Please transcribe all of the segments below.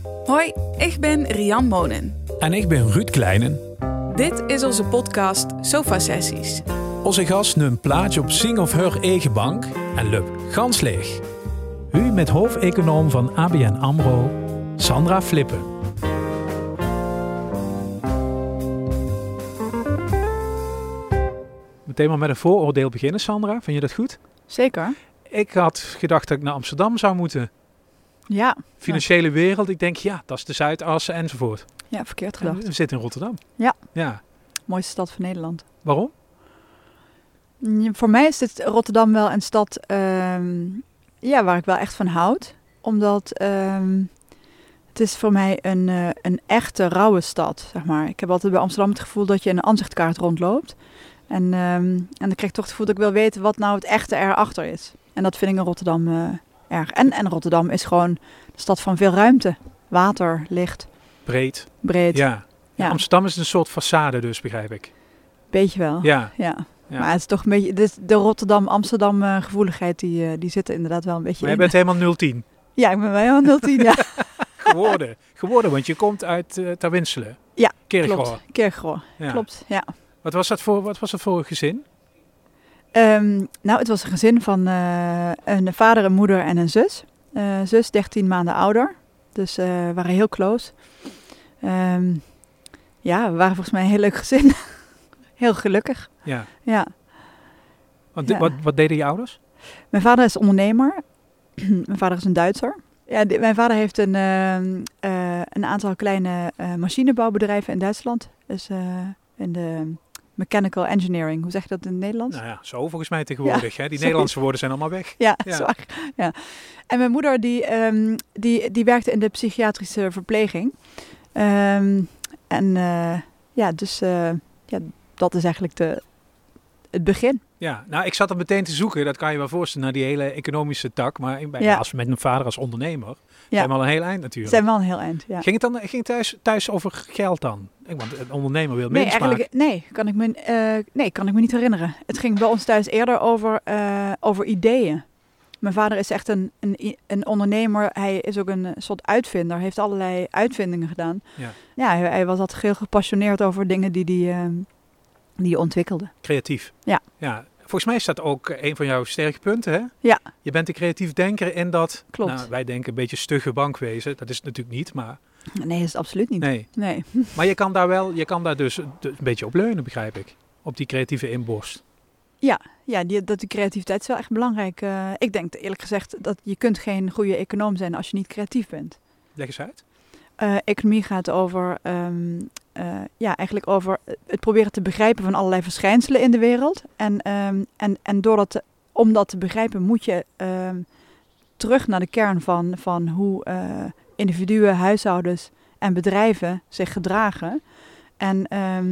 Hoi, ik ben Rian Monen. En ik ben Ruud Kleinen. Dit is onze podcast Sofa Sessies. Onze gast neemt plaats op zijn of haar eigen bank en loopt gans leeg. U met hoofdeconoom van ABN AMRO, Sandra Flippen. Meteen maar met een vooroordeel beginnen, Sandra. Vind je dat goed? Zeker. Ik had gedacht dat ik naar Amsterdam zou moeten. Ja. Financiële wereld. Ik denk, ja, dat is de Zuidas enzovoort. Ja, verkeerd gedacht. We zitten in Rotterdam. Ja. Mooiste stad van Nederland. Waarom? Voor mij is Rotterdam wel een stad waar ik wel echt van houd. Omdat het is voor mij een echte rauwe stad, zeg maar. Ik heb altijd bij Amsterdam het gevoel dat je een aanzichtkaart rondloopt. En dan krijg ik toch het gevoel dat ik wil weten wat nou het echte erachter is. En dat vind ik in Rotterdam erg. En Rotterdam is gewoon de stad van veel ruimte. Water, licht. Breed. Ja. Amsterdam is een soort façade dus, begrijp ik. Beetje wel. Ja. Maar het is toch een beetje de Rotterdam-Amsterdam gevoeligheid die zit er inderdaad wel een beetje maar in. jij bent helemaal 010. Ja, ik ben wel helemaal 010, ja. Geworden, want je komt uit Terwinselen. Ja, Kerkgoor. klopt. Kerkgoor, Ja. klopt, ja. Wat was dat voor een gezin? Het was een gezin van een vader, een moeder en een zus. Zus 13 maanden ouder, dus we waren heel close. We waren volgens mij een heel leuk gezin. Heel gelukkig. Ja. Wat deden je ouders? Mijn vader is ondernemer. Mijn vader is een Duitser. Ja, mijn vader heeft een aantal kleine machinebouwbedrijven in Duitsland. Dus in de mechanical engineering. Hoe zeg je dat in het Nederlands? Nou ja, zo volgens mij tegenwoordig. Ja, hè? Die Nederlandse woorden zijn allemaal weg. Ja, zwaar. Ja. En mijn moeder die werkte in de psychiatrische verpleging. Dat is eigenlijk het begin. Ja, nou ik zat er meteen te zoeken, dat kan je wel voorstellen, naar die hele economische tak. Maar als met een vader als ondernemer, zijn we al een heel eind natuurlijk. Zijn wel een heel eind, ja. Ging het thuis over geld dan? Want een ondernemer wil winst maken. Nee, kan ik me niet herinneren. Het ging bij ons thuis eerder over ideeën. Mijn vader is echt een ondernemer. Hij is ook een soort uitvinder. Hij heeft allerlei uitvindingen gedaan. Ja, hij was altijd heel gepassioneerd over dingen die je ontwikkelde. Creatief. Ja. Volgens mij is dat ook een van jouw sterke punten, hè? Ja. Je bent een creatief denker in dat... Klopt. Nou, wij denken een beetje stugge bankwezen. Dat is het natuurlijk niet, maar... Nee, dat is het absoluut niet. Nee. Maar je kan daar dus een beetje op leunen, begrijp ik. Op die creatieve inborst. Ja, die creativiteit is wel echt belangrijk. Ik denk eerlijk gezegd dat je kunt geen goede econoom zijn als je niet creatief bent. Leg eens uit. Economie gaat over, eigenlijk over het proberen te begrijpen van allerlei verschijnselen in de wereld. En om dat te begrijpen moet je terug naar de kern van hoe individuen, huishoudens en bedrijven zich gedragen. En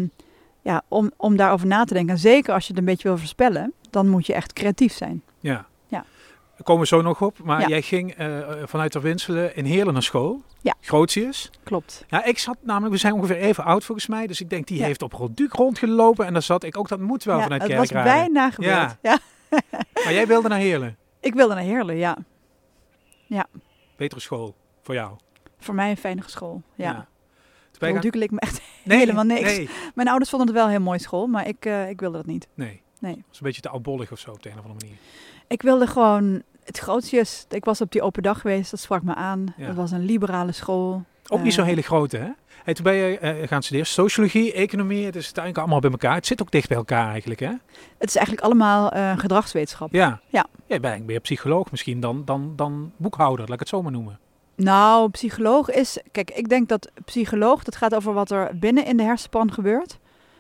om daarover na te denken, en zeker als je het een beetje wil voorspellen, dan moet je echt creatief zijn. Ja. Daar komen we zo nog op. Maar jij ging vanuit Terwinselen in Heerlen naar school. Ja. Grootjes. Klopt. Ja, ik zat namelijk, we zijn ongeveer even oud volgens mij. Dus ik denk, die heeft op Roduc rondgelopen. En daar zat ik ook, dat moet wel vanuit Kerkrade. Dat was bijna gebeurd. Ja. Maar jij wilde naar Heerlen? Ik wilde naar Heerlen, ja. Betere school voor jou? Voor mij een fijnige school, ja. Roduc leek me echt helemaal niks. Nee. Mijn ouders vonden het wel een heel mooie school, maar ik wilde dat niet. Nee. Het was een beetje te oudbollig of zo op de een of andere manier. Ik wilde gewoon het grootjes. Ik was op die open dag geweest, dat sprak me aan. Ja. Het was een liberale school. Ook niet zo'n hele grote, hè? Hey, toen ben je gaan studeren sociologie, economie. Het is uiteindelijk allemaal bij elkaar. Het zit ook dicht bij elkaar eigenlijk, hè? Het is eigenlijk allemaal gedragswetenschap. Ja. Jij bent meer psycholoog misschien dan boekhouder, laat ik het zo maar noemen. Nou, psycholoog is... Kijk, ik denk dat psycholoog, dat gaat over wat er binnen in de hersenpan gebeurt.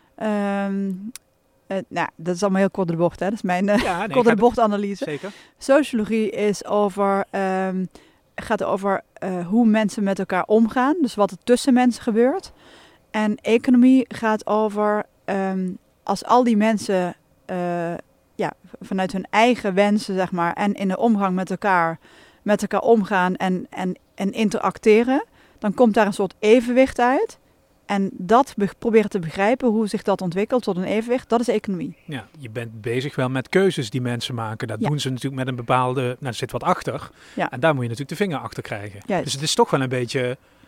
Dat is allemaal heel kort de bocht, hè. Dat is mijn kort de bocht analyse. Zeker. Sociologie is gaat over hoe mensen met elkaar omgaan. Dus wat er tussen mensen gebeurt. En economie gaat over als al die mensen vanuit hun eigen wensen, zeg maar, en in de omgang met elkaar omgaan en interacteren, dan komt daar een soort evenwicht uit. En dat proberen te begrijpen, hoe zich dat ontwikkelt tot een evenwicht, dat is economie. Ja, je bent bezig wel met keuzes die mensen maken. Dat doen ze natuurlijk met een bepaalde, er zit wat achter. Ja. En daar moet je natuurlijk de vinger achter krijgen. Juist. Dus het is toch wel een beetje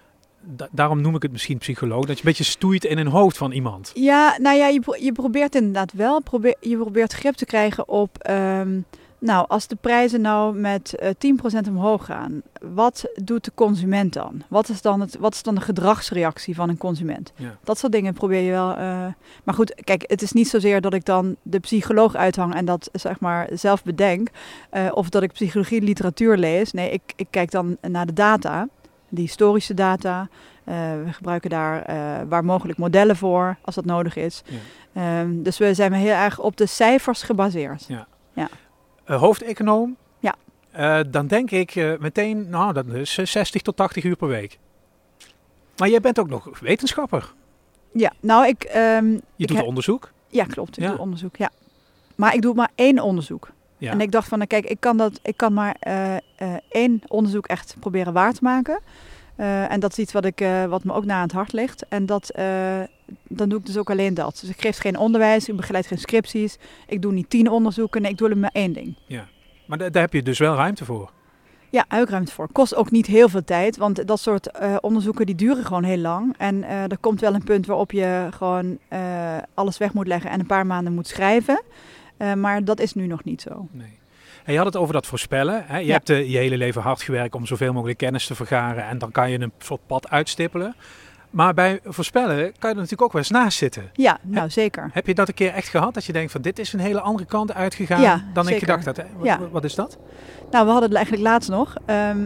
daarom noem ik het misschien psycholoog, dat je een beetje stoeit in een hoofd van iemand. Ja, nou ja, je probeert inderdaad wel. Je probeert grip te krijgen op... als de prijzen nou met 10% omhoog gaan, wat doet de consument dan? Wat is dan de gedragsreactie van een consument? Ja. Dat soort dingen probeer je wel. Maar goed, kijk, het is niet zozeer dat ik dan de psycholoog uithang en dat zeg maar zelf bedenk. Of dat ik psychologie literatuur lees. Nee, ik kijk dan naar de data, de historische data. We gebruiken daar waar mogelijk modellen voor, als dat nodig is. Ja. Dus we zijn heel erg op de cijfers gebaseerd. Ja. Ja. Hoofdeconoom? Ja. Dan denk ik meteen, dat is 60 tot 80 uur per week. Maar jij bent ook nog wetenschapper. Ja, nou Je doet onderzoek? Ja, klopt. Ik doe onderzoek, ja. Maar ik doe maar 1 onderzoek. Ja. En ik dacht van, kijk, ik kan maar 1 onderzoek echt proberen waar te maken. En dat is iets wat me ook na aan het hart ligt. En dan doe ik dus ook alleen dat. Dus ik geef geen onderwijs, ik begeleid geen scripties. Ik doe niet 10 onderzoeken, nee, ik doe er maar 1 ding. Ja, maar daar heb je dus wel ruimte voor. Ja, ook ruimte voor. Kost ook niet heel veel tijd, want dat soort onderzoeken die duren gewoon heel lang. En er komt wel een punt waarop je gewoon alles weg moet leggen en een paar maanden moet schrijven. Maar dat is nu nog niet zo. Nee. En je had het over dat voorspellen. Hè? Je hebt je hele leven hard gewerkt om zoveel mogelijk kennis te vergaren. En dan kan je een soort pad uitstippelen. Maar bij voorspellen kan je er natuurlijk ook wel eens naast zitten. Ja, nou zeker. Heb je dat een keer echt gehad? Dat je denkt van dit is een hele andere kant uitgegaan dan zeker. Ik gedacht had. Hè? Wat is dat? Nou, we hadden het eigenlijk laatst nog.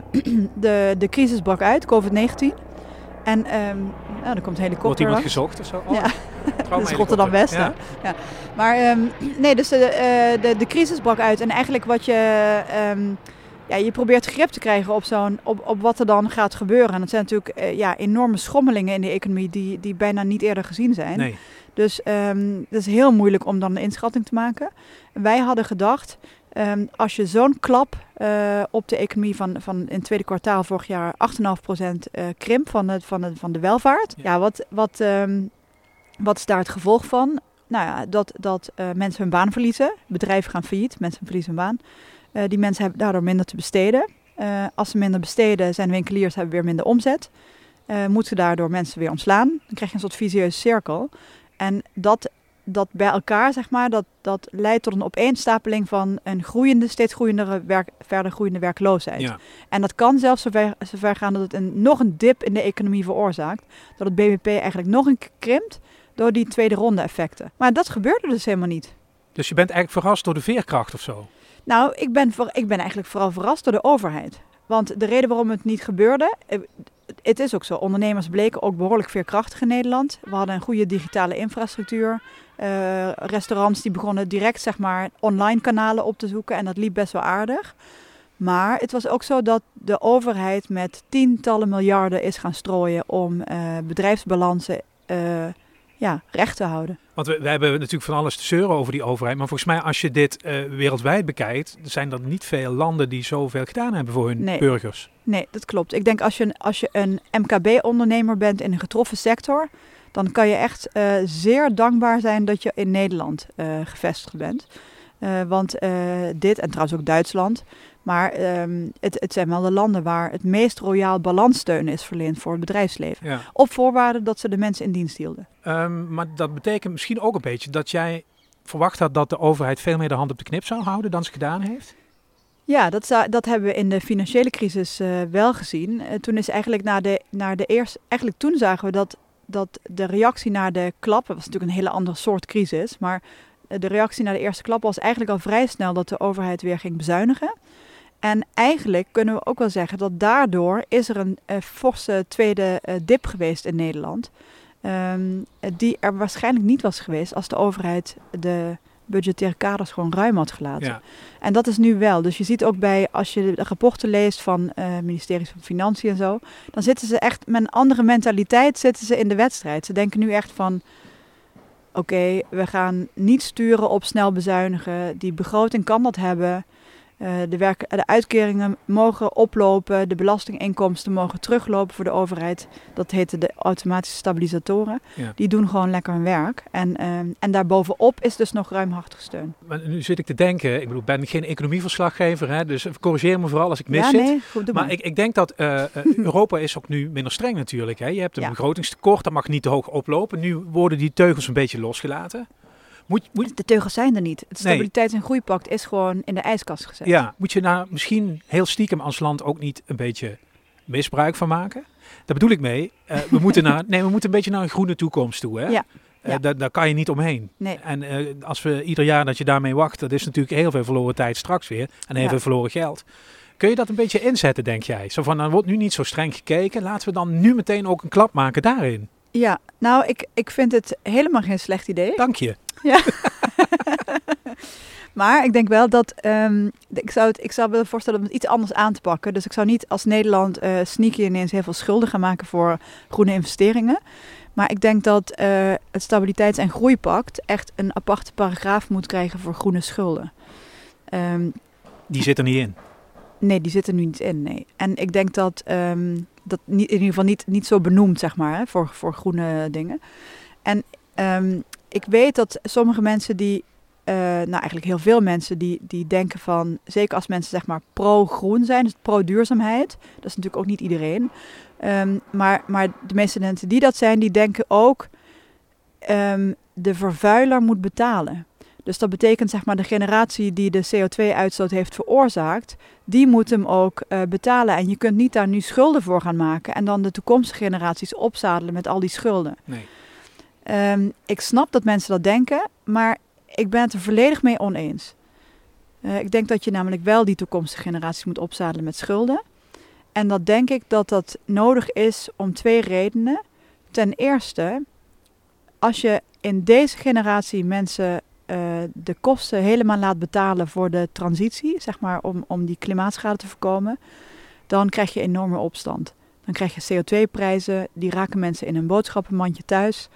De crisis brak uit, COVID-19. En er komt een helikopter. Wordt iemand gezocht of zo? Ja, dat is Rotterdam-West. Ja. Ja. Maar dus de crisis brak uit. En eigenlijk wat je probeert grip te krijgen op wat er dan gaat gebeuren. En dat zijn natuurlijk enorme schommelingen in de economie die bijna niet eerder gezien zijn. Nee. Dus het is heel moeilijk om dan een inschatting te maken. Wij hadden gedacht, als je zo'n klap op de economie van in het tweede kwartaal vorig jaar 8,5% krimp van de welvaart. Ja, wat is daar het gevolg van? Nou ja, dat mensen hun baan verliezen. Bedrijven gaan failliet, mensen verliezen hun baan. Die mensen hebben daardoor minder te besteden. Als ze minder besteden, zijn winkeliers hebben weer minder omzet. Moeten daardoor mensen weer ontslaan. Dan krijg je een soort vicieuze cirkel. En dat bij elkaar, zeg maar, dat leidt tot een opeenstapeling van een steeds verder groeiende werkloosheid. Ja. En dat kan zelfs zover gaan dat het nog een dip in de economie veroorzaakt. Dat het BBP eigenlijk nog een keer krimpt door die tweede ronde effecten. Maar dat gebeurde dus helemaal niet. Dus je bent eigenlijk verrast door de veerkracht of zo? Nou, ik ben eigenlijk vooral verrast door de overheid. Want de reden waarom het niet gebeurde, het is ook zo. Ondernemers bleken ook behoorlijk veerkrachtig in Nederland. We hadden een goede digitale infrastructuur. Restaurants die begonnen direct, zeg maar, online kanalen op te zoeken. En dat liep best wel aardig. Maar het was ook zo dat de overheid met tientallen miljarden is gaan strooien om bedrijfsbalansen recht te houden. Want we hebben natuurlijk van alles te zeuren over die overheid. Maar volgens mij, als je dit wereldwijd bekijkt, zijn er niet veel landen die zoveel gedaan hebben voor hun burgers. Nee, dat klopt. Ik denk als je een MKB-ondernemer bent in een getroffen sector, dan kan je echt zeer dankbaar zijn dat je in Nederland gevestigd bent. Want dit, en trouwens ook Duitsland, maar het zijn wel de landen waar het meest royaal balanssteun is verleend voor het bedrijfsleven. Ja. Op voorwaarde dat ze de mensen in dienst hielden. Maar dat betekent misschien ook een beetje dat jij verwacht had dat de overheid veel meer de hand op de knip zou houden dan ze gedaan heeft? Ja, dat hebben we in de financiële crisis wel gezien. Toen is eigenlijk toen zagen we dat de reactie naar de klap, dat was natuurlijk een hele andere soort crisis, maar de reactie naar de eerste klap was eigenlijk al vrij snel dat de overheid weer ging bezuinigen. En eigenlijk kunnen we ook wel zeggen dat daardoor is er een forse tweede dip geweest in Nederland. Die er waarschijnlijk niet was geweest als de overheid de budgettaire kaders gewoon ruim had gelaten. Ja. En dat is nu wel. Dus je ziet ook als je de rapporten leest van ministeries van Financiën en zo, dan zitten ze echt met een andere mentaliteit in de wedstrijd. Ze denken nu echt van, oké, we gaan niet sturen op snel bezuinigen. Die begroting kan dat hebben. De uitkeringen mogen oplopen, de belastinginkomsten mogen teruglopen voor de overheid. Dat heten de automatische stabilisatoren. Ja. Die doen gewoon lekker hun werk. En daarbovenop is dus nog ruimhartige steun. Maar nu zit ik te denken, ik ben geen economieverslaggever, hè, dus corrigeer me vooral als ik mis zit. Nee, goed, doe maar. Ik denk dat Europa is ook nu minder streng natuurlijk. Hè. Je hebt een begrotingstekort, dat mag niet te hoog oplopen. Nu worden die teugels een beetje losgelaten. De teugels zijn er niet. Het Stabiliteits- en Groeipact is gewoon in de ijskast gezet. Ja, moet je nou misschien heel stiekem als land ook niet een beetje misbruik van maken? Daar bedoel ik mee. We moeten een beetje naar een groene toekomst toe. Hè? Ja. Daar kan je niet omheen. Nee. En als we ieder jaar dat je daarmee wacht, dat is natuurlijk heel veel verloren tijd straks weer. En heel veel verloren geld. Kun je dat een beetje inzetten, denk jij? Zo van, dan wordt nu niet zo streng gekeken. Laten we dan nu meteen ook een klap maken daarin. Ja, nou, ik vind het helemaal geen slecht idee. Dank je. Ja. Maar ik denk wel dat ik zou willen voorstellen om het iets anders aan te pakken. Dus ik zou niet als Nederland sneaky ineens heel veel schulden gaan maken voor groene investeringen. Maar ik denk dat het Stabiliteits- en Groeipact echt een aparte paragraaf moet krijgen voor groene schulden. Die zit er niet in. Nee, die zit er nu niet in, nee. En ik denk dat dat in ieder geval niet zo benoemd, zeg maar, hè, voor groene dingen. En ik weet dat sommige mensen eigenlijk heel veel mensen die denken van, zeker als mensen zeg maar pro-groen zijn, dus pro-duurzaamheid, dat is natuurlijk ook niet iedereen. Maar de meeste mensen die dat zijn, die denken ook, de vervuiler moet betalen. Dus dat betekent zeg maar de generatie die de CO2-uitstoot heeft veroorzaakt, die moet hem ook betalen. En je kunt niet daar nu schulden voor gaan maken en dan de toekomstige generaties opzadelen met al die schulden. Nee. Ik snap dat mensen dat denken, maar ik ben het er volledig mee oneens. Ik denk dat je namelijk wel die toekomstige generaties moet opzadelen met schulden. En dat denk ik dat dat nodig is om 2 redenen. Ten eerste, als je in deze generatie mensen de kosten helemaal laat betalen voor de transitie, zeg maar om die klimaatschade te voorkomen, dan krijg je enorme opstand. Dan krijg je CO2-prijzen, die raken mensen in een boodschappenmandje thuis.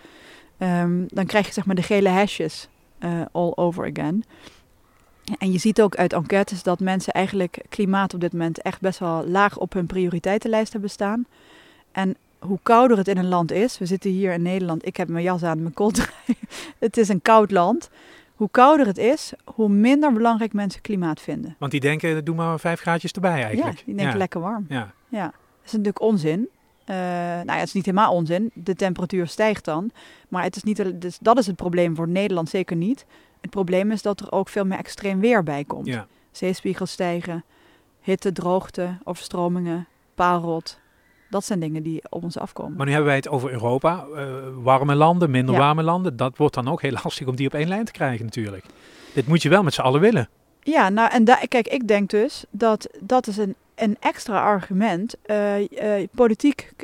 Dan krijg je zeg maar de gele hesjes all over again. En je ziet ook uit enquêtes dat mensen eigenlijk klimaat op dit moment echt best wel laag op hun prioriteitenlijst hebben staan. En hoe kouder het in een land is, we zitten hier in Nederland, ik heb mijn jas aan, mijn kooltrui, het is een koud land. Hoe kouder het is, hoe minder belangrijk mensen klimaat vinden. Want die denken, doe maar 5 graadjes erbij eigenlijk. Ja, die denken lekker warm. Ja. Dat is natuurlijk onzin. Het is niet helemaal onzin. De temperatuur stijgt dan. Maar het is niet, dus dat is het probleem voor Nederland zeker niet. Het probleem is dat er ook veel meer extreem weer bij komt. Ja. Zeespiegels stijgen, hitte, droogte, overstromingen, paalrot. Dat zijn dingen die op ons afkomen. Maar nu hebben wij het over Europa. Warme landen, minder warme landen. Dat wordt dan ook heel lastig om die op één lijn te krijgen natuurlijk. Dit moet je wel met z'n allen willen. Ja, nou en kijk, ik denk dus dat is een extra argument. Politiek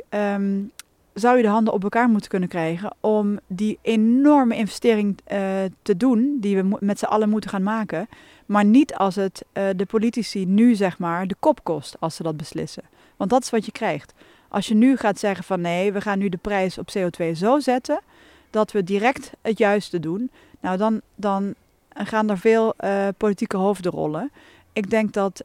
zou je de handen op elkaar moeten kunnen krijgen om die enorme investering te doen die we met z'n allen moeten gaan maken. Maar niet als het de politici nu zeg maar de kop kost als ze dat beslissen. Want dat is wat je krijgt. Als je nu gaat zeggen van nee, we gaan nu de prijs op CO2 zo zetten dat we direct het juiste doen. Nou, dan gaan er veel politieke hoofden rollen. Ik denk dat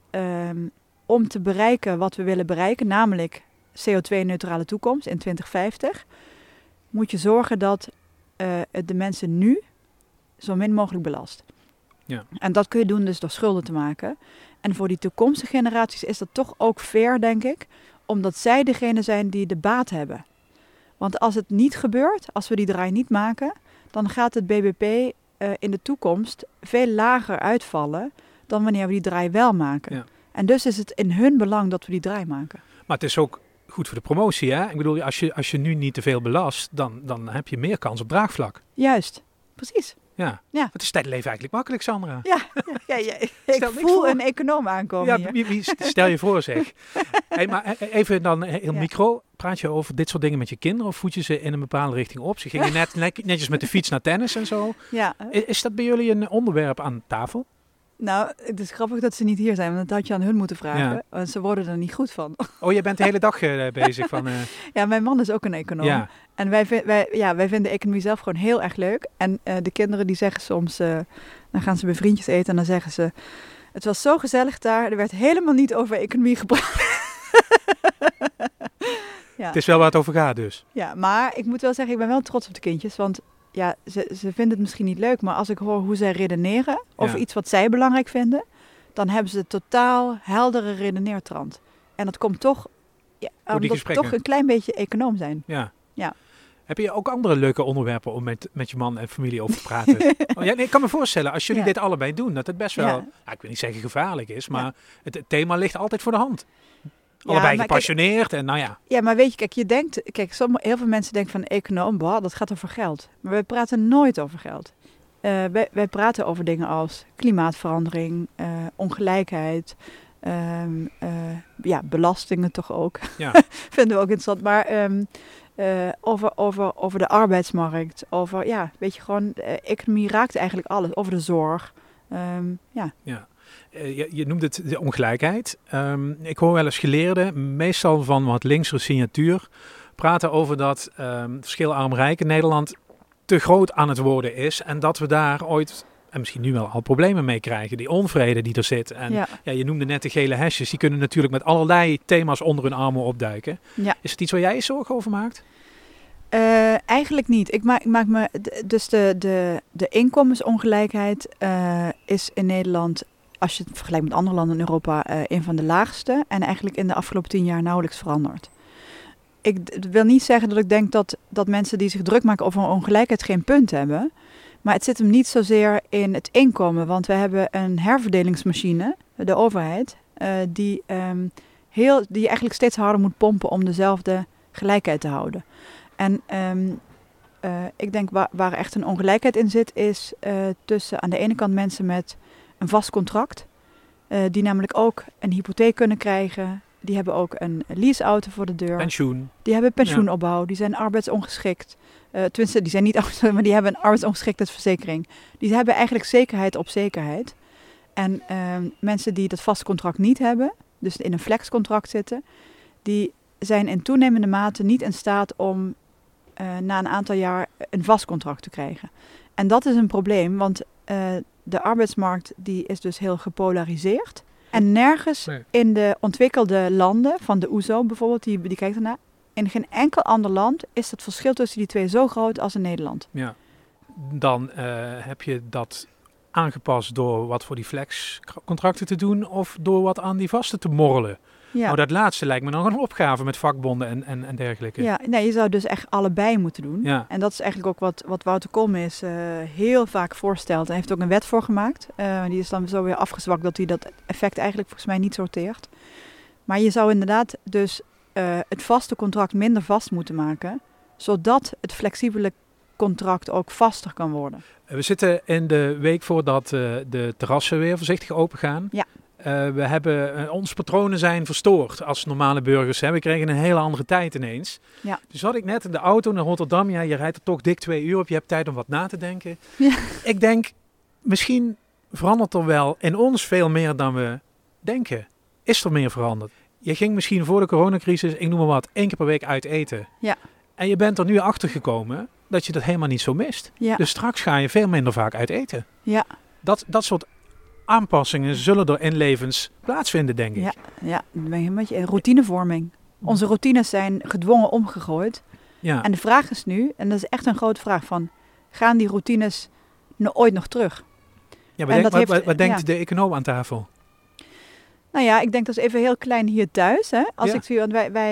om te bereiken wat we willen bereiken, namelijk CO2-neutrale toekomst in 2050, moet je zorgen dat de mensen nu zo min mogelijk belast. Ja. En dat kun je doen dus door schulden te maken. En voor die toekomstige generaties is dat toch ook fair, denk ik, omdat zij degene zijn die de baat hebben. Want als het niet gebeurt, als we die draai niet maken, dan gaat het BBP in de toekomst veel lager uitvallen dan wanneer we die draai wel maken. Ja. En dus is het in hun belang dat we die draai maken. Maar het is ook goed voor de promotie, hè? Ik bedoel, als je nu niet te veel belast, dan heb je meer kans op draagvlak. Juist, precies. Ja. Het is tijdleven eigenlijk makkelijk, Sandra. Ja. Ik voel een econoom aankomen hier. Stel je voor, zeg. Hey, maar even dan heel micro. Praat je over dit soort dingen met je kinderen of voed je ze in een bepaalde richting op? Ze gingen netjes met de fiets naar tennis en zo. Ja. Is dat bij jullie een onderwerp aan tafel? Nou, het is grappig dat ze niet hier zijn, want dat had je aan hun moeten vragen. Ja. Ze worden er niet goed van. Oh, jij bent de hele dag bezig van... Ja, mijn man is ook een econoom. Ja. En wij vinden economie zelf gewoon heel erg leuk. En de kinderen die zeggen soms, dan gaan ze bij vriendjes eten en dan zeggen ze... Het was zo gezellig daar. Er werd helemaal niet over economie gepraat. Ja. Het is wel waar het over gaat dus. Ja, maar ik moet wel zeggen, ik ben wel trots op de kindjes. Want ja, ze vinden het misschien niet leuk. Maar als ik hoor hoe zij redeneren over iets wat zij belangrijk vinden, dan hebben ze totaal heldere redeneertrand. En dat komt toch, omdat ze toch een klein beetje econoom zijn. Ja. Ja. Heb je ook andere leuke onderwerpen om met je man en familie over te praten? Ik kan me voorstellen, als jullie dit allebei doen, dat het best wel, ik wil niet zeggen gevaarlijk is, maar het thema ligt altijd voor de hand. Allebei gepassioneerd en nou ja. Ja, maar weet je, heel veel mensen denken van econoom, dat gaat over geld. Maar wij praten nooit over geld. Wij praten over dingen als klimaatverandering, ongelijkheid, belastingen toch ook. Ja. Vinden we ook interessant. Maar over de arbeidsmarkt, economie raakt eigenlijk alles. Over de zorg. Je noemt het de ongelijkheid. Ik hoor wel eens geleerden, meestal van wat linkse signatuur, praten over dat verschil arm-rijk in Nederland te groot aan het worden is. En dat we daar ooit, en misschien nu wel al problemen mee krijgen. Die onvrede die er zit. En je noemde net de gele hesjes. Die kunnen natuurlijk met allerlei thema's onder hun armen opduiken. Ja. Is het iets waar jij je zorgen over maakt? Eigenlijk niet. Ik maak me dus de inkomensongelijkheid is in Nederland, als je het vergelijkt met andere landen in Europa, een van de laagste. En eigenlijk in de afgelopen 10 jaar nauwelijks veranderd. Ik wil niet zeggen dat ik denk dat mensen die zich druk maken over ongelijkheid geen punt hebben. Maar het zit hem niet zozeer in het inkomen. Want we hebben een herverdelingsmachine, de overheid, die eigenlijk steeds harder moet pompen om dezelfde gelijkheid te houden. En ik denk waar echt een ongelijkheid in zit, is tussen aan de ene kant mensen met een vast contract. Die namelijk ook een hypotheek kunnen krijgen. Die hebben ook een leaseauto voor de deur. Pensioen. Die hebben pensioenopbouw. Die zijn arbeidsongeschikt. Tenminste, die zijn niet arbeidsongeschikt, maar die hebben een arbeidsongeschiktheidsverzekering. Die hebben eigenlijk zekerheid op zekerheid. En mensen die dat vast contract niet hebben, dus in een flexcontract zitten, die zijn in toenemende mate niet in staat om na een aantal jaar een vast contract te krijgen. En dat is een probleem, want de arbeidsmarkt die is dus heel gepolariseerd. En nergens in de ontwikkelde landen, van de OESO bijvoorbeeld, die kijkt ernaar, in geen enkel ander land is het verschil tussen die twee zo groot als in Nederland. Ja, dan heb je dat aangepast door wat voor die flexcontracten te doen of door wat aan die vaste te morrelen. Ja. Nou, dat laatste lijkt me nog een opgave met vakbonden en dergelijke. Ja, nee, je zou dus echt allebei moeten doen. Ja. En dat is eigenlijk ook wat Wouter Koolmees heel vaak voorstelt. Hij heeft ook een wet voor gemaakt. Die is dan zo weer afgezwakt dat hij dat effect eigenlijk volgens mij niet sorteert. Maar je zou inderdaad dus het vaste contract minder vast moeten maken, zodat het flexibele contract ook vaster kan worden. We zitten in de week voordat de terrassen weer voorzichtig open gaan. Ja. We hebben, onze patronen zijn verstoord als normale burgers. Hè. We kregen een hele andere tijd ineens. Ja. Dus had ik net in de auto naar Rotterdam. Ja, je rijdt er toch dik 2 uur op. Je hebt tijd om wat na te denken. Ja. Ik denk, misschien verandert er wel in ons veel meer dan we denken. Is er meer veranderd? Je ging misschien voor de coronacrisis, ik noem maar wat, 1 keer per week uit eten. Ja. En je bent er nu achter gekomen dat je dat helemaal niet zo mist. Ja. Dus straks ga je veel minder vaak uit eten. Ja. Dat soort aanpassingen zullen er in levens plaatsvinden, denk ik. Ja, dan ben je een beetje routinevorming. Onze routines zijn gedwongen omgegooid. Ja. En de vraag is nu, en dat is echt een grote vraag van, gaan die routines ooit nog terug? Ja, wat denkt de econoom aan tafel? Nou ja, ik denk dat is even heel klein hier thuis. Hè? Als ik zie, want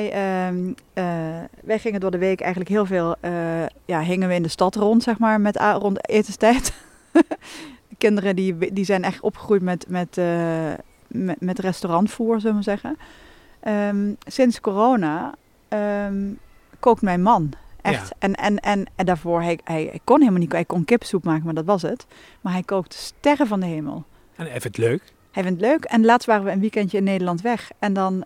wij gingen door de week eigenlijk heel veel, hingen we in de stad rond, zeg maar, rond etenstijd. Kinderen die zijn echt opgegroeid met restaurantvoer, zullen we zeggen. Sinds corona kookt mijn man echt. Ja. En daarvoor, hij kon helemaal niet, hij kon kippensoep maken, maar dat was het. Maar hij kookte sterren van de hemel. En hij vindt het leuk? Hij vindt het leuk. En laatst waren we een weekendje in Nederland weg. En dan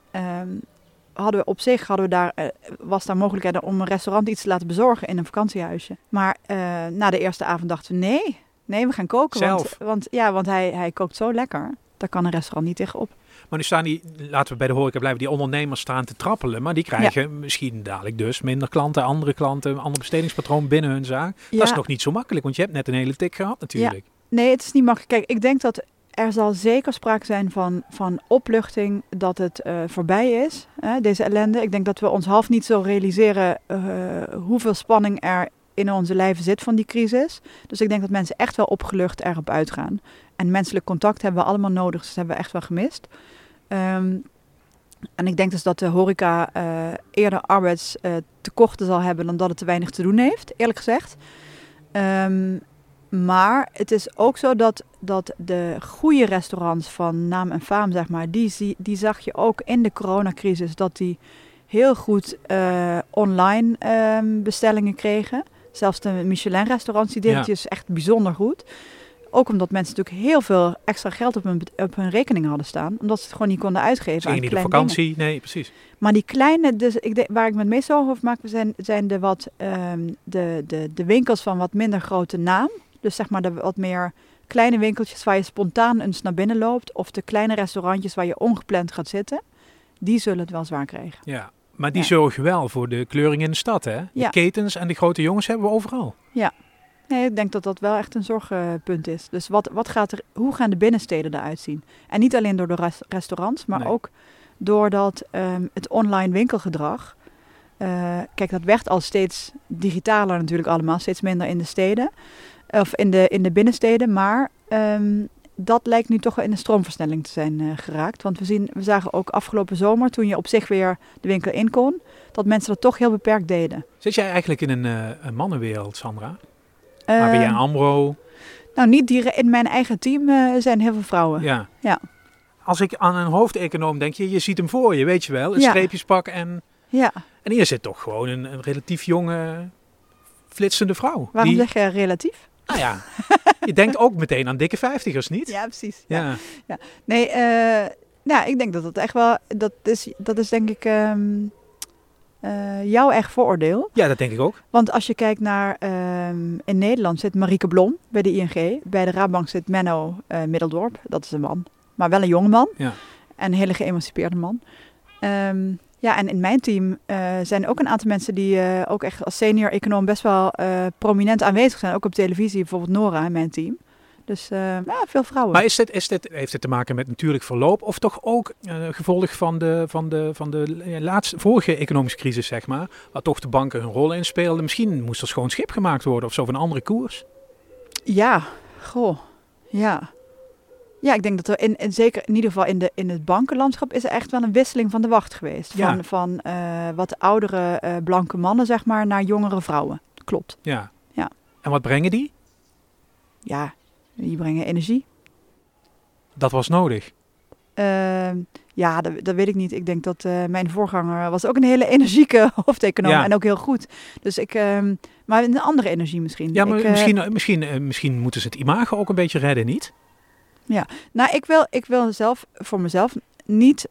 was daar mogelijkheid om een restaurant iets te laten bezorgen in een vakantiehuisje. Maar na de eerste avond dachten we, nee, we gaan koken. Zelf? Want hij kookt zo lekker. Daar kan een restaurant niet tegenop. Maar nu staan laten we bij de horeca blijven, die ondernemers staan te trappelen. Maar die krijgen misschien dadelijk dus minder klanten, andere klanten, een ander bestedingspatroon binnen hun zaak. Ja. Dat is nog niet zo makkelijk, want je hebt net een hele tik gehad natuurlijk. Ja. Nee, het is niet makkelijk. Kijk, ik denk dat er zal zeker sprake zijn van opluchting dat het voorbij is, deze ellende. Ik denk dat we ons half niet zo realiseren hoeveel spanning er in onze lijven zit van die crisis. Dus ik denk dat mensen echt wel opgelucht erop uitgaan. En menselijk contact hebben we allemaal nodig, dus dat hebben we echt wel gemist. En ik denk dus dat de horeca eerder arbeidstekorten zal hebben dan dat het te weinig te doen heeft, eerlijk gezegd. Maar het is ook zo dat de goede restaurants van naam en faam, zeg maar, die zag je ook in de coronacrisis dat die heel goed online bestellingen kregen. Zelfs de Michelin-restaurants die deden het dus echt bijzonder goed. Ook omdat mensen natuurlijk heel veel extra geld op hun rekening hadden staan. Omdat ze het gewoon niet konden uitgeven. Ze gingen niet op vakantie, dingen. Nee, precies. Maar die kleine, dus waar ik me het meest zorgen over maak, zijn de winkels van wat minder grote naam. Dus zeg maar de wat meer kleine winkeltjes waar je spontaan eens naar binnen loopt. Of de kleine restaurantjes waar je ongepland gaat zitten. Die zullen het wel zwaar krijgen. Ja, maar die zorgen wel voor de kleuring in de stad, hè? De ketens en de grote jongens hebben we overal. Ja. Nee, ik denk dat dat wel echt een zorgpunt is. Dus hoe gaan de binnensteden eruit zien? En niet alleen door de restaurants, maar ook doordat het online winkelgedrag... kijk, dat werd al steeds digitaler natuurlijk allemaal. Steeds minder in de steden. Of in de binnensteden. Maar dat lijkt nu toch wel in de stroomversnelling te zijn geraakt. Want we zagen ook afgelopen zomer, toen je op zich weer de winkel in kon... dat mensen dat toch heel beperkt deden. Zit jij eigenlijk in een mannenwereld, Sandra? ABN AMRO? Nou, niet in mijn eigen team zijn heel veel vrouwen. Ja. Als ik aan een hoofdeconoom denk, je ziet hem voor je, weet je wel. Een streepjespak en hier zit toch gewoon een relatief jonge, flitsende vrouw. Waarom zeg je relatief? Nou ja, je denkt ook meteen aan dikke 50ers, niet? Ja, precies. Ja. Nee, ik denk dat het echt wel, dat is denk ik... jouw eigen vooroordeel. Ja, dat denk ik ook. Want als je kijkt naar... in Nederland zit Marieke Blom bij de ING. Bij de Rabobank zit Menno Middeldorp. Dat is een man. Maar wel een jonge man. Ja. En een hele geëmancipeerde man. En in mijn team zijn ook een aantal mensen die ook echt als senior econoom best wel prominent aanwezig zijn. Ook op televisie. Bijvoorbeeld Nora in mijn team. Dus veel vrouwen. Maar heeft het te maken met natuurlijk verloop of toch ook gevolg van de vorige economische crisis, zeg maar, waar toch de banken hun rol in speelden? Misschien moest er schoon schip gemaakt worden of zo van een andere koers? Ja, ja. Ja, ik denk dat er zeker in ieder geval in het bankenlandschap is er echt wel een wisseling van de wacht geweest. Van wat oudere blanke mannen, zeg maar, naar jongere vrouwen. Klopt. Ja. En wat brengen die? Ja, die brengen energie. Dat was nodig? Dat weet ik niet. Ik denk dat mijn voorganger was ook een hele energieke hoofdeconoom en ook heel goed. Dus maar een andere energie misschien. Ja, maar misschien moeten ze het imago ook een beetje redden, niet? Ja, nou ik wil zelf voor mezelf niet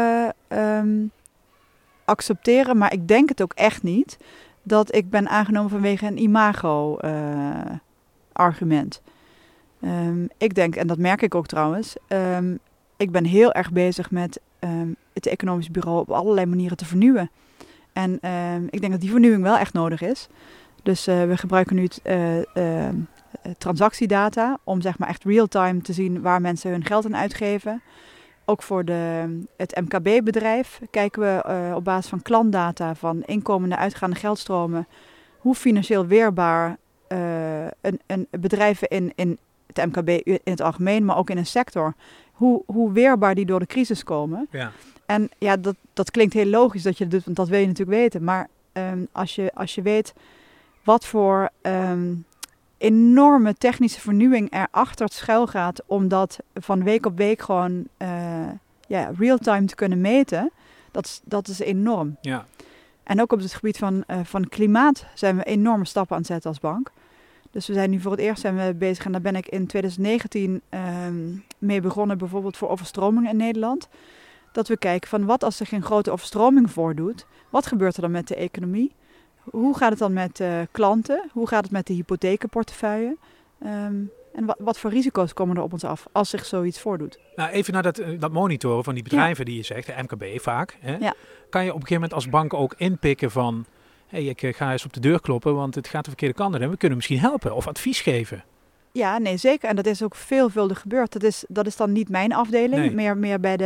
accepteren, maar ik denk het ook echt niet, dat ik ben aangenomen vanwege een imago-argument. Ik denk, en dat merk ik ook trouwens, ik ben heel erg bezig met het economisch bureau op allerlei manieren te vernieuwen. En ik denk dat die vernieuwing wel echt nodig is. Dus we gebruiken nu transactiedata om zeg maar echt real-time te zien waar mensen hun geld aan uitgeven. Ook voor het MKB-bedrijf kijken we op basis van klantdata van inkomende, uitgaande geldstromen hoe financieel weerbaar bedrijven in het MKB in het algemeen, maar ook in een sector, hoe weerbaar die door de crisis komen. Ja. En ja, dat klinkt heel logisch dat je dat doet, want dat wil je natuurlijk weten. Maar als je weet wat voor enorme technische vernieuwing er achter het schuil gaat, om dat van week op week gewoon real-time te kunnen meten, dat is enorm. Ja. En ook op het gebied van klimaat zijn we enorme stappen aan het zetten als bank. Dus we zijn nu voor het eerst bezig, en daar ben ik in 2019 mee begonnen, bijvoorbeeld voor overstromingen in Nederland. Dat we kijken van wat als er geen grote overstroming voordoet, wat gebeurt er dan met de economie? Hoe gaat het dan met klanten? Hoe gaat het met de hypothekenportefeuille? En wat voor risico's komen er op ons af als zich zoiets voordoet? Nou, even naar dat monitoren van die bedrijven die je zegt, de MKB vaak. Hè? Ja. Kan je op een gegeven moment als bank ook inpikken van, ik ga eens op de deur kloppen, want het gaat de verkeerde kant op en we kunnen misschien helpen of advies geven? Ja, nee, zeker. En dat is ook veelvuldig gebeurd. Dat is dan niet mijn afdeling, meer bij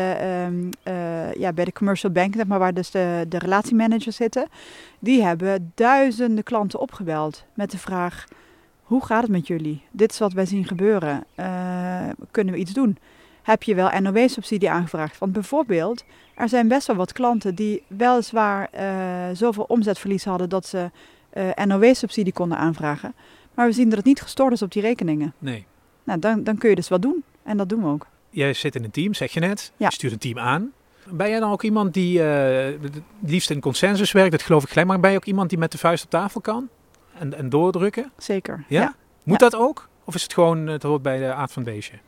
de commercial bank, zeg maar, waar dus de relatiemanagers zitten. Die hebben duizenden klanten opgebeld met de vraag: hoe gaat het met jullie? Dit is wat wij zien gebeuren. Kunnen we iets doen? Heb je wel NOW-subsidie aangevraagd? Want bijvoorbeeld, er zijn best wel wat klanten die weliswaar zoveel omzetverlies hadden dat ze NOW-subsidie konden aanvragen. Maar we zien dat het niet gestort is op die rekeningen. Nee. Nou, dan kun je dus wat doen. En dat doen we ook. Jij zit in een team, zeg je net. Ja. Je stuurt een team aan. Ben jij dan ook iemand die het liefst in consensus werkt? Dat geloof ik gelijk. Maar ben je ook iemand die met de vuist op tafel kan? En doordrukken? Zeker. Ja? Moet dat ook? Of is het gewoon, het hoort bij de aard van het beestje?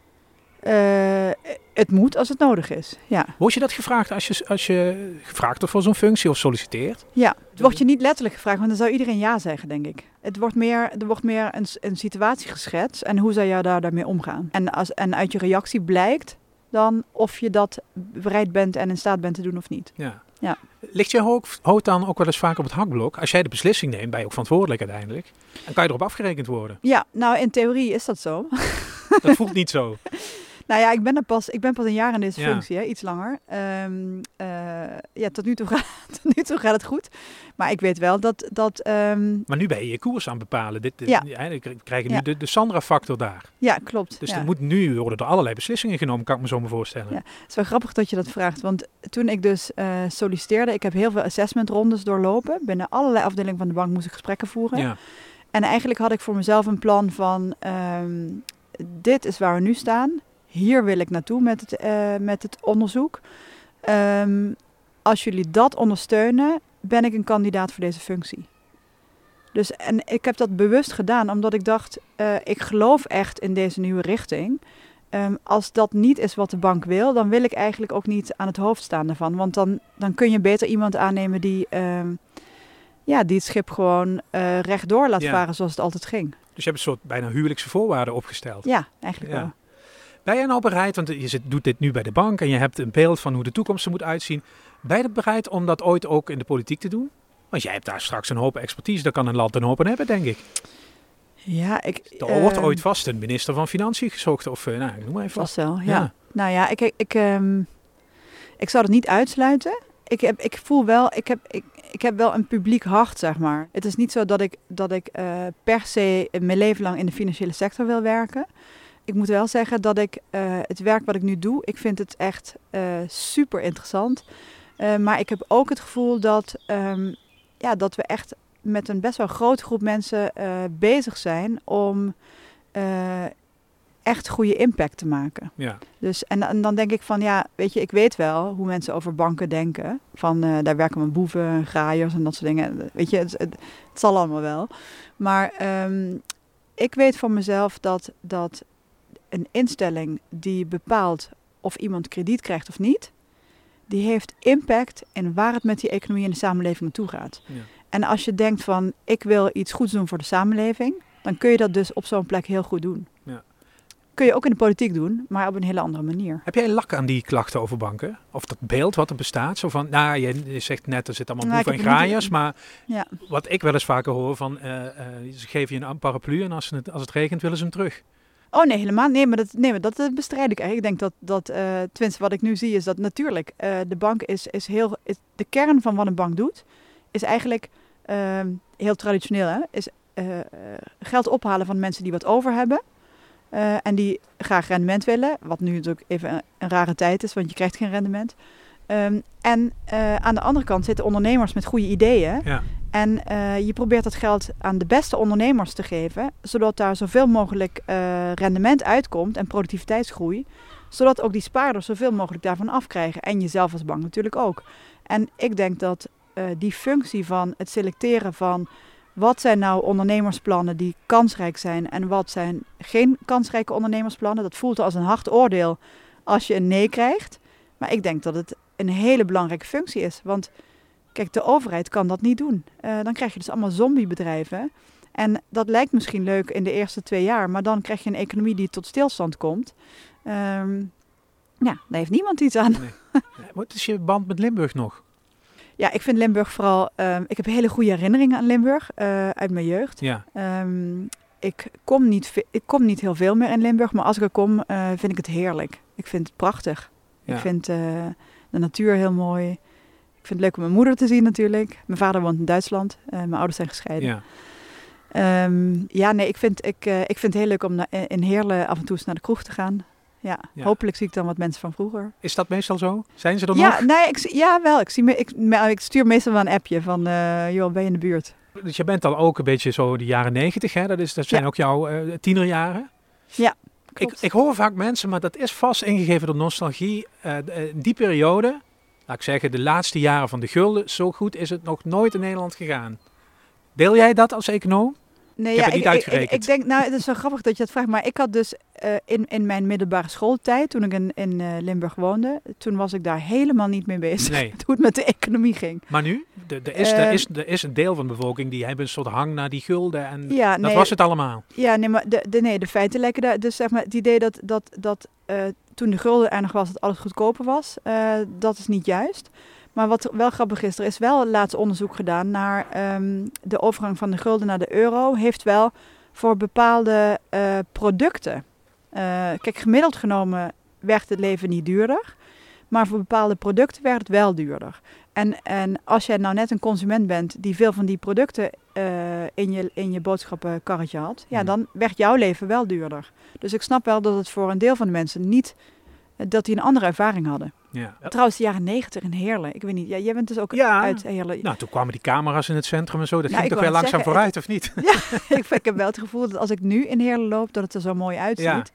Het moet als het nodig is, ja. Word je dat gevraagd als je gevraagd wordt voor zo'n functie of solliciteert? Ja, het wordt je niet letterlijk gevraagd, want dan zou iedereen ja zeggen, denk ik. Er wordt meer een situatie geschetst en hoe zou jij daarmee omgaan. En uit je reactie blijkt dan of je dat bereid bent en in staat bent te doen of niet. Ja. Ja. Ligt je hoofd dan ook wel eens vaak op het hakblok? Als jij de beslissing neemt, ben je ook verantwoordelijk uiteindelijk. En kan je erop afgerekend worden? Ja, nou in theorie is dat zo. Dat voelt niet zo. Nou ja, ik ben pas een jaar in deze functie, hè, iets langer. Tot nu toe gaat het goed. Maar ik weet wel dat Maar nu ben je je koers aan het bepalen. Dan krijg je nu de Sandra-factor daar. Ja, klopt. Dus nu worden er allerlei beslissingen genomen, kan ik me zo maar voorstellen. Ja, het is wel grappig dat je dat vraagt. Want toen ik dus solliciteerde, ik heb heel veel assessmentrondes doorlopen. Binnen allerlei afdelingen van de bank moest ik gesprekken voeren. Ja. En eigenlijk had ik voor mezelf een plan van, dit is waar we nu staan. Hier wil ik naartoe met het onderzoek. Als jullie dat ondersteunen, ben ik een kandidaat voor deze functie. Dus, en ik heb dat bewust gedaan, omdat ik dacht, ik geloof echt in deze nieuwe richting. Als dat niet is wat de bank wil, dan wil ik eigenlijk ook niet aan het hoofd staan daarvan. Want dan kun je beter iemand aannemen die het schip gewoon rechtdoor laat varen zoals het altijd ging. Dus je hebt een soort bijna huwelijkse voorwaarden opgesteld. Ja, eigenlijk wel. Ben jij nou bereid, want je doet dit nu bij de bank en je hebt een beeld van hoe de toekomst er moet uitzien. Ben je bereid om dat ooit ook in de politiek te doen? Want jij hebt daar straks een hoop expertise, daar kan een land een hoop aan hebben, denk ik. Ja, er wordt ooit vast een minister van Financiën gezocht, of noem maar even. Vast wel, ja. Nou ja, ik zou het niet uitsluiten. Ik voel wel, ik heb wel een publiek hart, zeg maar. Het is niet zo dat ik per se mijn leven lang in de financiële sector wil werken. Ik moet wel zeggen dat ik het werk wat ik nu doe, ik vind het echt super interessant. Maar ik heb ook het gevoel dat we echt met een best wel grote groep mensen bezig zijn om echt goede impact te maken. Ja. Dus, en dan denk ik van, weet je, ik weet wel hoe mensen over banken denken. Van, daar werken maar boeven, graaiers en dat soort dingen. Weet je, het zal allemaal wel. Maar ik weet van mezelf dat een instelling die bepaalt of iemand krediet krijgt of niet, die heeft impact in waar het met die economie en de samenleving naartoe gaat. Ja. En als je denkt van, ik wil iets goeds doen voor de samenleving, dan kun je dat dus op zo'n plek heel goed doen. Ja. Kun je ook in de politiek doen, maar op een hele andere manier. Heb jij lak aan die klachten over banken? Of dat beeld wat er bestaat? Zo van, je zegt net, er zit allemaal boeven en graaiers, maar wat ik wel eens vaker hoor van, ze geven je een paraplu en als het regent willen ze hem terug. Oh nee, helemaal. Nee, maar dat bestrijd ik eigenlijk. Ik denk dat tenminste wat ik nu zie is dat natuurlijk de bank is de kern van wat een bank doet, is eigenlijk heel traditioneel. Hè? Is geld ophalen van mensen die wat over hebben en die graag rendement willen. Wat nu natuurlijk even een rare tijd is, want je krijgt geen rendement. En aan de andere kant zitten ondernemers met goede ideeën. Ja. En je probeert dat geld aan de beste ondernemers te geven, zodat daar zoveel mogelijk rendement uitkomt en productiviteitsgroei. Zodat ook die spaarders zoveel mogelijk daarvan afkrijgen. En jezelf als bank natuurlijk ook. En ik denk dat die functie van het selecteren van wat zijn nou ondernemersplannen die kansrijk zijn en wat zijn geen kansrijke ondernemersplannen, dat voelt als een hard oordeel als je een nee krijgt. Maar ik denk dat het een hele belangrijke functie is. Want kijk, de overheid kan dat niet doen. Dan krijg je dus allemaal zombiebedrijven. En dat lijkt misschien leuk in de eerste 2 jaar, maar dan krijg je een economie die tot stilstand komt. Daar heeft niemand iets aan. Nee. Wat is je band met Limburg nog? Ja, ik vind Limburg vooral... ik heb hele goede herinneringen aan Limburg uit mijn jeugd. Ja. ik kom niet heel veel meer in Limburg, maar als ik er kom, vind ik het heerlijk. Ik vind het prachtig. Ja. Ik vind de natuur heel mooi. Ik vind het leuk om mijn moeder te zien natuurlijk. Mijn vader woont in Duitsland. Mijn ouders zijn gescheiden. Ja. Ik vind het heel leuk om in Heerlen af en toe eens naar de kroeg te gaan. Ja. Hopelijk zie ik dan wat mensen van vroeger. Is dat meestal zo? Zijn ze er nog? Nee, wel. Ik stuur meestal wel een appje van, joh, ben je in de buurt? Dus je bent dan ook een beetje zo de jaren 90, hè? Dat zijn ook jouw tienerjaren. Ja, klopt. Ik hoor vaak mensen, maar dat is vast ingegeven door nostalgie. Die periode, laat ik zeggen, de laatste jaren van de gulden, zo goed is het nog nooit in Nederland gegaan. Deel jij dat als econoom? Nee, ik heb het niet uitgerekend. Ik denk, nou, het is zo grappig dat je dat vraagt. Maar ik had dus in mijn middelbare schooltijd, toen ik in Limburg woonde, toen was ik daar helemaal niet mee bezig. Nee. Hoe het met de economie ging. Maar nu? Er is een deel van de bevolking die hebben een soort hang naar die gulden. En dat was het allemaal. Ja, nee, maar de feiten lijken daar. Dus zeg maar, het idee dat toen de gulden er nog was, dat alles goedkoper was, dat is niet juist. Maar wat wel grappig is, er is wel laatst onderzoek gedaan naar de overgang van de gulden naar de euro. Heeft wel voor bepaalde producten. Kijk, gemiddeld genomen werd het leven niet duurder. Maar voor bepaalde producten werd het wel duurder. En als jij nou net een consument bent die veel van die producten in je boodschappenkarretje had. Ja, dan werd jouw leven wel duurder. Dus ik snap wel dat het voor een deel van de mensen niet, dat die een andere ervaring hadden. Ja. Trouwens, de jaren 90 in Heerlen. Ik weet niet, jij bent dus ook uit Heerlen. Nou, toen kwamen die camera's in het centrum en zo. Dat ging ik toch wou weer net langzaam vooruit, of niet? Ja, ik heb wel het gevoel dat als ik nu in Heerlen loop, dat het er zo mooi uitziet.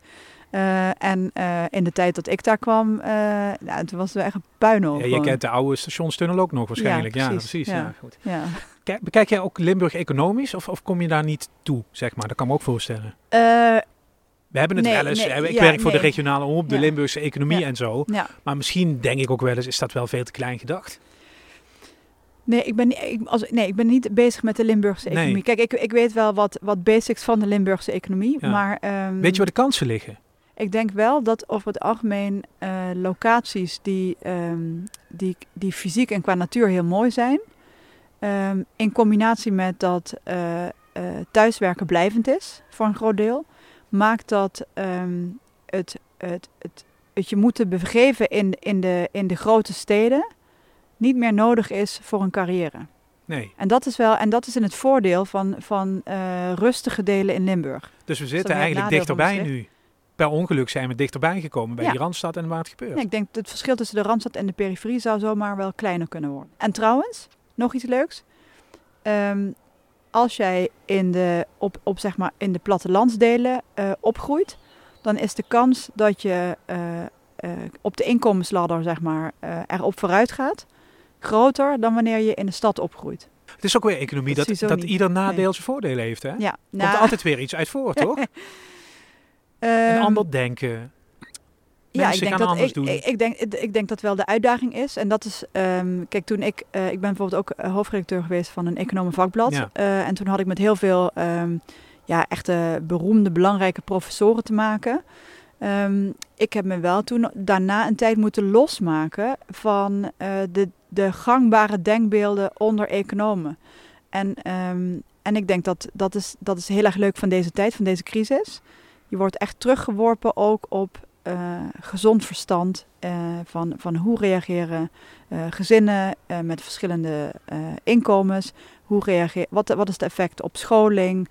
Ja. In de tijd dat ik daar kwam, toen was het echt een puinhoop. Ja, je kent de oude stationstunnel ook nog waarschijnlijk. Ja, precies. Ja, goed. Ja. Bekijk jij ook Limburg economisch of kom je daar niet toe, zeg maar? Dat kan me ook voorstellen. We hebben het wel eens. Ik werk voor de regionale omroep, de Limburgse economie en zo. Ja. Maar misschien denk ik ook wel eens, is dat wel veel te klein gedacht? Nee, ik ben niet bezig met de Limburgse economie. Nee. Kijk, ik weet wel wat basics van de Limburgse economie. Ja. Maar, weet je waar de kansen liggen? Ik denk wel dat over het algemeen locaties die fysiek en qua natuur heel mooi zijn. In combinatie met dat thuiswerken blijvend is, voor een groot deel. Maakt dat het je moeten begeven in de grote steden niet meer nodig is voor een carrière. Nee. En dat is in het voordeel van rustige delen in Limburg. Dus we zitten eigenlijk dichterbij nu. Per ongeluk zijn we dichterbij gekomen bij die Randstad en waar het gebeurt. Ja, ik denk dat het verschil tussen de Randstad en de periferie zou zomaar wel kleiner kunnen worden. En trouwens, nog iets leuks. Als jij in de plattelandsdelen opgroeit, dan is de kans dat je op de inkomensladder erop vooruit gaat groter dan wanneer je in de stad opgroeit. Het is ook weer economie dat ieder nadeel zijn voordelen heeft. Hè? Ja, komt er altijd weer iets uit voor, toch? Een ander denken. Mensen gaan anders doen. Ik denk dat wel de uitdaging is. En dat is, kijk, toen ik ben bijvoorbeeld ook hoofdredacteur geweest van een economenvakblad. Ja. En toen had ik met heel veel echte beroemde, belangrijke professoren te maken. Ik heb me wel toen daarna een tijd moeten losmaken van de gangbare denkbeelden onder economen. En ik denk dat is heel erg leuk van deze tijd, van deze crisis. Je wordt echt teruggeworpen ook op gezond verstand van hoe reageren gezinnen met verschillende inkomens. Wat is het effect op scholing?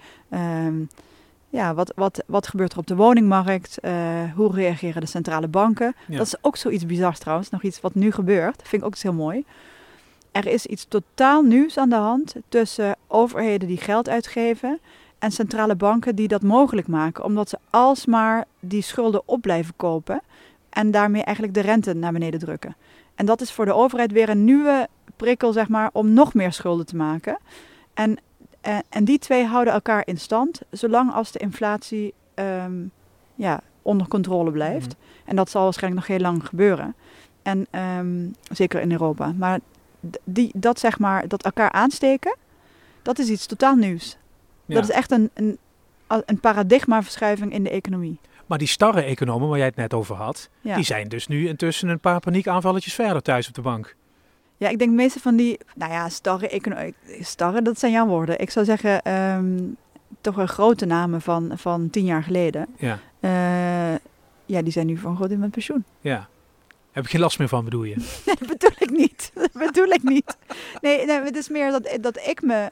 Wat gebeurt er op de woningmarkt? Hoe reageren de centrale banken? Ja. Dat is ook zoiets bizars trouwens. Nog iets wat nu gebeurt. Dat vind ik ook heel mooi. Er is iets totaal nieuws aan de hand tussen overheden die geld uitgeven en centrale banken die dat mogelijk maken. Omdat ze alsmaar die schulden op blijven kopen en daarmee eigenlijk de rente naar beneden drukken. En dat is voor de overheid weer een nieuwe prikkel, om nog meer schulden te maken. En die twee houden elkaar in stand, zolang als de inflatie onder controle blijft. En dat zal waarschijnlijk nog heel lang gebeuren. En zeker in Europa. Maar dat elkaar aansteken, dat is iets totaal nieuws. Ja. Dat is echt een paradigmaverschuiving in de economie. Maar die starre economen waar jij het net over had, die zijn dus nu intussen een paar paniekaanvalletjes verder thuis op de bank. Ja, ik denk de meeste van die, starre, dat zijn jouw woorden. Ik zou zeggen toch wel grote namen van 10 jaar geleden. Ja. Die zijn nu voor een groot deel met pensioen. Ja. Heb ik geen last meer van, bedoel je? Nee, dat bedoel ik niet. Dat bedoel ik niet. Nee, het is meer dat ik me...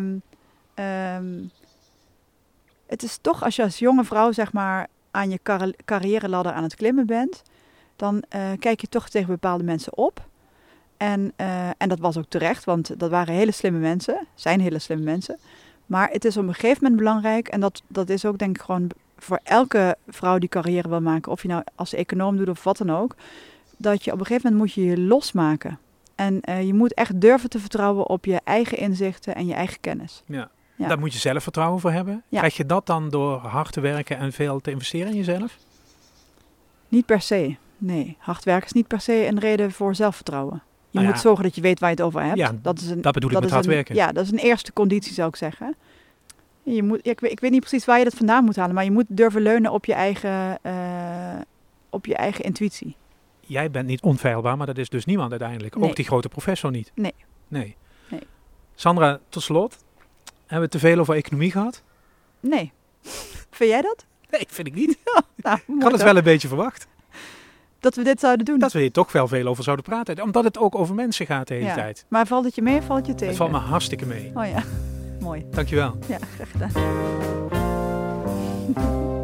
het is toch als je als jonge vrouw zeg maar aan je carrière-ladder aan het klimmen bent, dan kijk je toch tegen bepaalde mensen op. En dat was ook terecht, want dat waren hele slimme mensen. Zijn hele slimme mensen. Maar het is op een gegeven moment belangrijk. En dat is ook denk ik gewoon voor elke vrouw die carrière wil maken. Of je nou als econoom doet of wat dan ook. Dat je op een gegeven moment moet je losmaken. En je moet echt durven te vertrouwen op je eigen inzichten en je eigen kennis. Ja. Ja. Daar moet je zelfvertrouwen voor hebben. Ja. Krijg je dat dan door hard te werken en veel te investeren in jezelf? Niet per se. Nee, hard werken is niet per se een reden voor zelfvertrouwen. Je Nou ja. moet zorgen dat je weet waar je het over hebt. Ja, dat bedoel ik met hard werken. Ja, dat is een eerste conditie zou ik zeggen. Je moet, ik weet niet precies waar je dat vandaan moet halen, maar je moet durven leunen op je eigen intuïtie. Jij bent niet onfeilbaar, maar dat is dus niemand uiteindelijk. Nee. Ook die grote professor niet. Nee. Sandra, tot slot. Hebben we te veel over economie gehad? Nee. Vind jij dat? Nee, vind ik niet. Nou, Ik had het wel een beetje verwacht. dat we dit zouden doen. Dat we hier toch wel veel over zouden praten. Omdat het ook over mensen gaat de hele tijd. Maar valt het je mee of valt het je tegen? Het valt me hartstikke mee. Oh ja, mooi. Dankjewel. Ja, graag gedaan.